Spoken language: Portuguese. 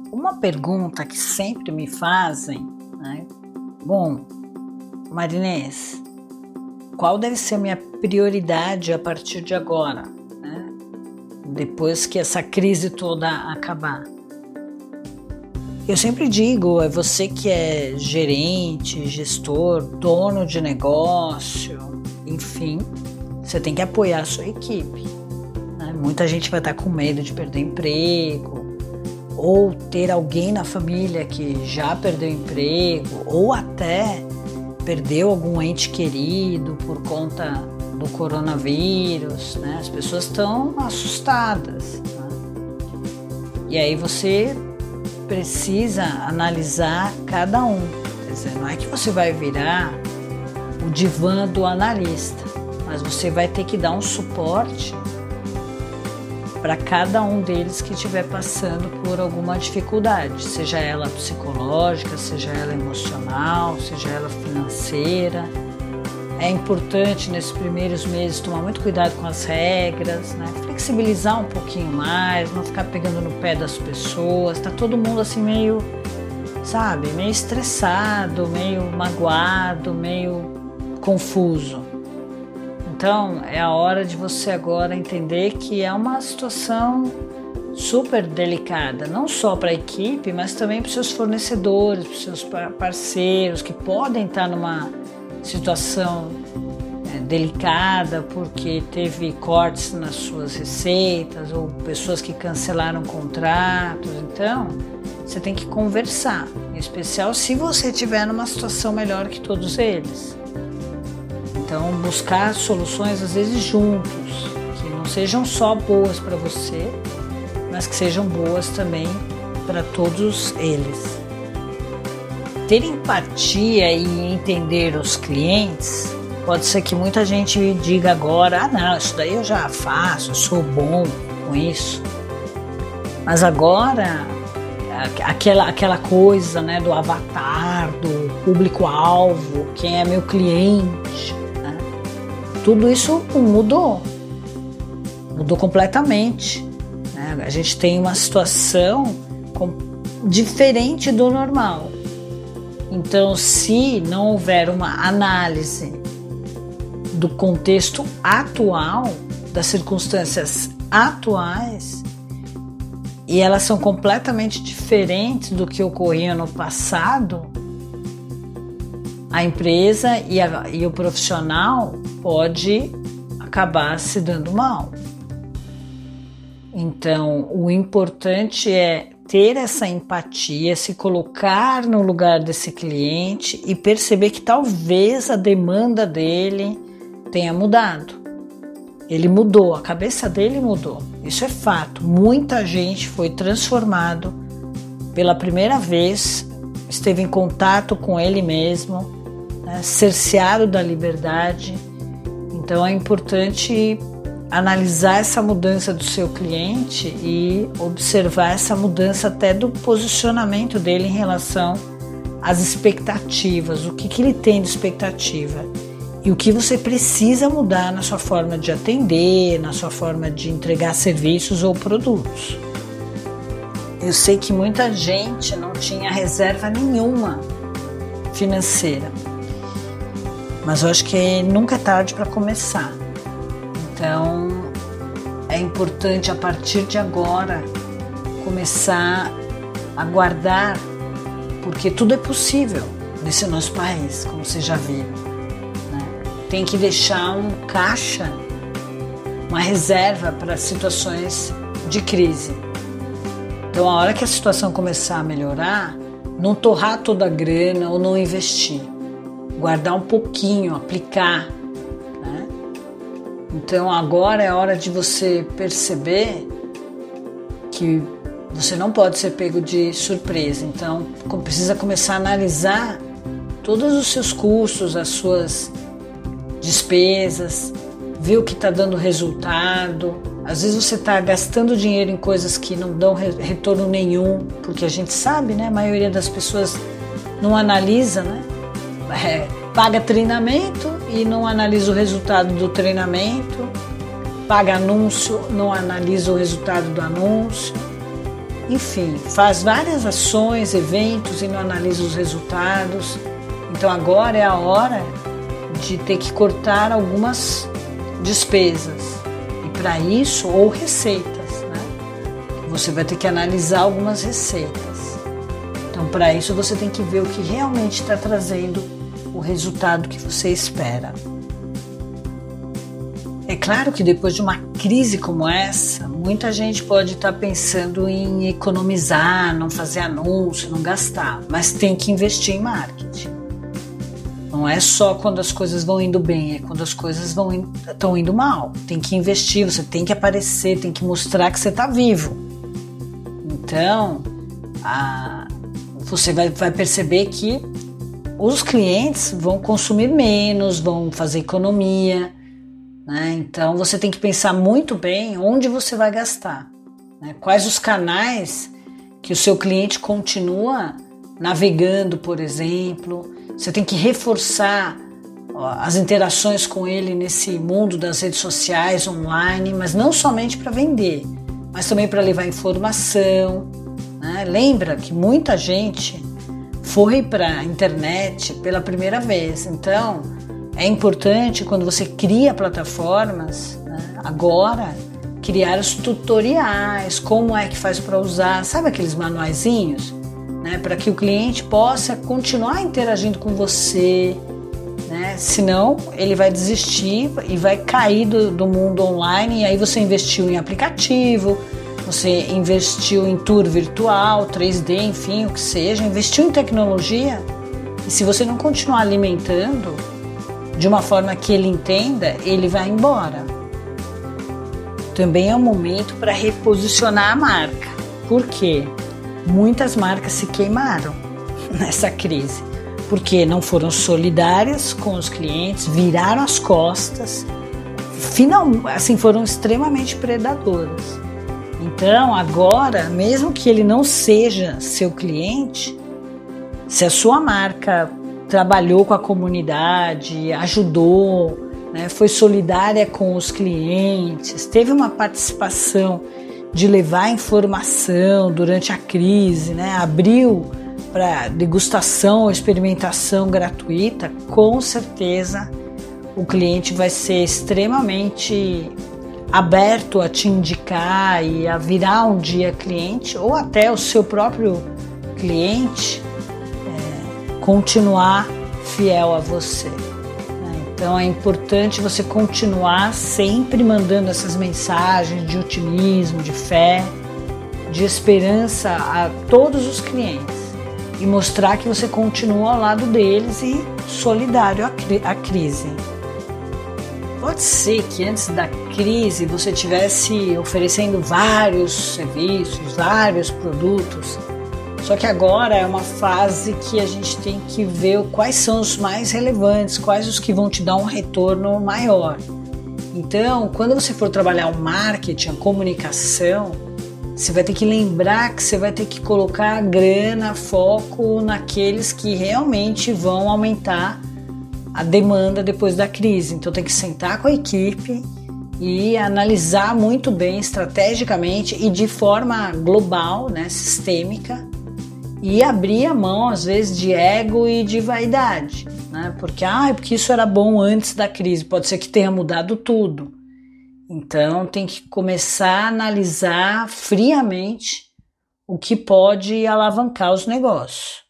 Uma pergunta que sempre me fazem, né? Bom, Marinês, qual deve ser a minha prioridade a partir de agora, né? Depois que essa crise toda acabar? Eu sempre digo, é você que é gerente, gestor, dono de negócio, enfim, você tem que apoiar a sua equipe, né? Muita gente vai estar com medo de perder emprego, ou ter alguém na família que já perdeu emprego, ou até perdeu algum ente querido por conta do coronavírus, né? As pessoas estão assustadas, né? E aí você precisa analisar cada um. Quer dizer, não é que você vai virar o divã do analista, mas você vai ter que dar um suporte para cada um deles que estiver passando por alguma dificuldade, seja ela psicológica, seja ela emocional, seja ela financeira. É importante nesses primeiros meses tomar muito cuidado com as regras, né? Flexibilizar um pouquinho mais, não ficar pegando no pé das pessoas. Tá todo mundo assim meio, sabe, meio estressado, meio magoado, meio confuso. Então é a hora de você agora entender que é uma situação super delicada, não só para a equipe, mas também para os seus fornecedores, para os seus parceiros, que podem estar numa situação delicada porque teve cortes nas suas receitas ou pessoas que cancelaram contratos. Então você tem que conversar, em especial se você estiver numa situação melhor que todos eles. Então buscar soluções às vezes juntos, que não sejam só boas para você, mas que sejam boas também para todos eles. Ter empatia e entender os clientes, pode ser que muita gente diga agora, ah não, isso daí eu já faço, eu sou bom com isso. Mas agora, aquela coisa, né, do avatar, do público-alvo, quem é meu cliente, né, tudo isso mudou completamente, né? A gente tem uma situação diferente do normal. Então, se não houver uma análise do contexto atual, das circunstâncias atuais, e elas são completamente diferentes do que ocorria no passado, a empresa e o profissional pode acabar se dando mal. Então, o importante é ter essa empatia, se colocar no lugar desse cliente e perceber que talvez a demanda dele tenha mudado. Ele mudou, a cabeça dele mudou. Isso é fato. Muita gente foi transformado pela primeira vez, esteve em contato com ele mesmo, né, cerceado da liberdade. Então é importante analisar essa mudança do seu cliente e observar essa mudança até do posicionamento dele em relação às expectativas, o que ele tem de expectativa e o que você precisa mudar na sua forma de atender, na sua forma de entregar serviços ou produtos. Eu sei que muita gente não tinha reserva nenhuma financeira, mas eu acho que nunca é tarde para começar. Então, é importante a partir de agora começar a guardar, porque tudo é possível nesse nosso país, como vocês já viram, né? Tem que deixar um caixa, uma reserva para situações de crise. Então, a hora que a situação começar a melhorar, não torrar toda a grana ou não investir, guardar um pouquinho, aplicar. Então agora é hora de você perceber que você não pode ser pego de surpresa. Então precisa começar a analisar todos os seus custos, as suas despesas, ver o que está dando resultado. Às vezes você está gastando dinheiro em coisas que não dão retorno nenhum, porque a gente sabe, né? A maioria das pessoas não analisa, né? Paga treinamento e não analisa o resultado do treinamento, paga anúncio, não analisa o resultado do anúncio. Enfim, faz várias ações, eventos e não analisa os resultados. Então agora é a hora de ter que cortar algumas despesas. E para isso, ou receitas, né? Você vai ter que analisar algumas receitas. Então para isso você tem que ver o que realmente está trazendo o resultado que você espera. É claro que depois de uma crise como essa, muita gente pode estar pensando em economizar, não fazer anúncio, não gastar, mas tem que investir em marketing. Não é só quando as coisas vão indo bem, é quando as coisas estão indo mal. Tem que investir, você tem que aparecer, tem que mostrar que você está vivo. Então, você vai perceber que os clientes vão consumir menos, vão fazer economia, né? Então você tem que pensar muito bem onde você vai gastar, né? Quais os canais que o seu cliente continua navegando, por exemplo. Você tem que reforçar as interações com ele nesse mundo das redes sociais, online, mas não somente para vender, mas também para levar informação, né? Lembra que muita gente foi para a internet pela primeira vez, então é importante quando você cria plataformas, né, agora, criar os tutoriais, como é que faz para usar, sabe aqueles manuaizinhos, né, para que o cliente possa continuar interagindo com você, né, senão ele vai desistir e vai cair do mundo online, e aí você investiu em aplicativo, você investiu em tour virtual, 3D, enfim, o que seja, investiu em tecnologia, e se você não continuar alimentando de uma forma que ele entenda, ele vai embora. Também é um momento para reposicionar a marca. Por quê? Muitas marcas se queimaram nessa crise, porque não foram solidárias com os clientes, viraram as costas, foram extremamente predadoras. Então, agora, mesmo que ele não seja seu cliente, se a sua marca trabalhou com a comunidade, ajudou, né, foi solidária com os clientes, teve uma participação de levar informação durante a crise, né, abriu para degustação ou experimentação gratuita, com certeza o cliente vai ser extremamente aberto a te indicar e a virar um dia cliente, ou até o seu próprio cliente continuar fiel a você. Então é importante você continuar sempre mandando essas mensagens de otimismo, de fé, de esperança a todos os clientes e mostrar que você continua ao lado deles e solidário à crise. Pode ser que antes da crise você estivesse oferecendo vários serviços, vários produtos, só que agora é uma fase que a gente tem que ver quais são os mais relevantes, quais os que vão te dar um retorno maior. Então, quando você for trabalhar o marketing, a comunicação, você vai ter que lembrar que você vai ter que colocar grana, foco naqueles que realmente vão aumentar a demanda depois da crise. Então tem que sentar com a equipe e analisar muito bem estrategicamente e de forma global, né, sistêmica, e abrir a mão às vezes de ego e de vaidade, né? Porque isso era bom antes da crise, pode ser que tenha mudado tudo. Então tem que começar a analisar friamente o que pode alavancar os negócios.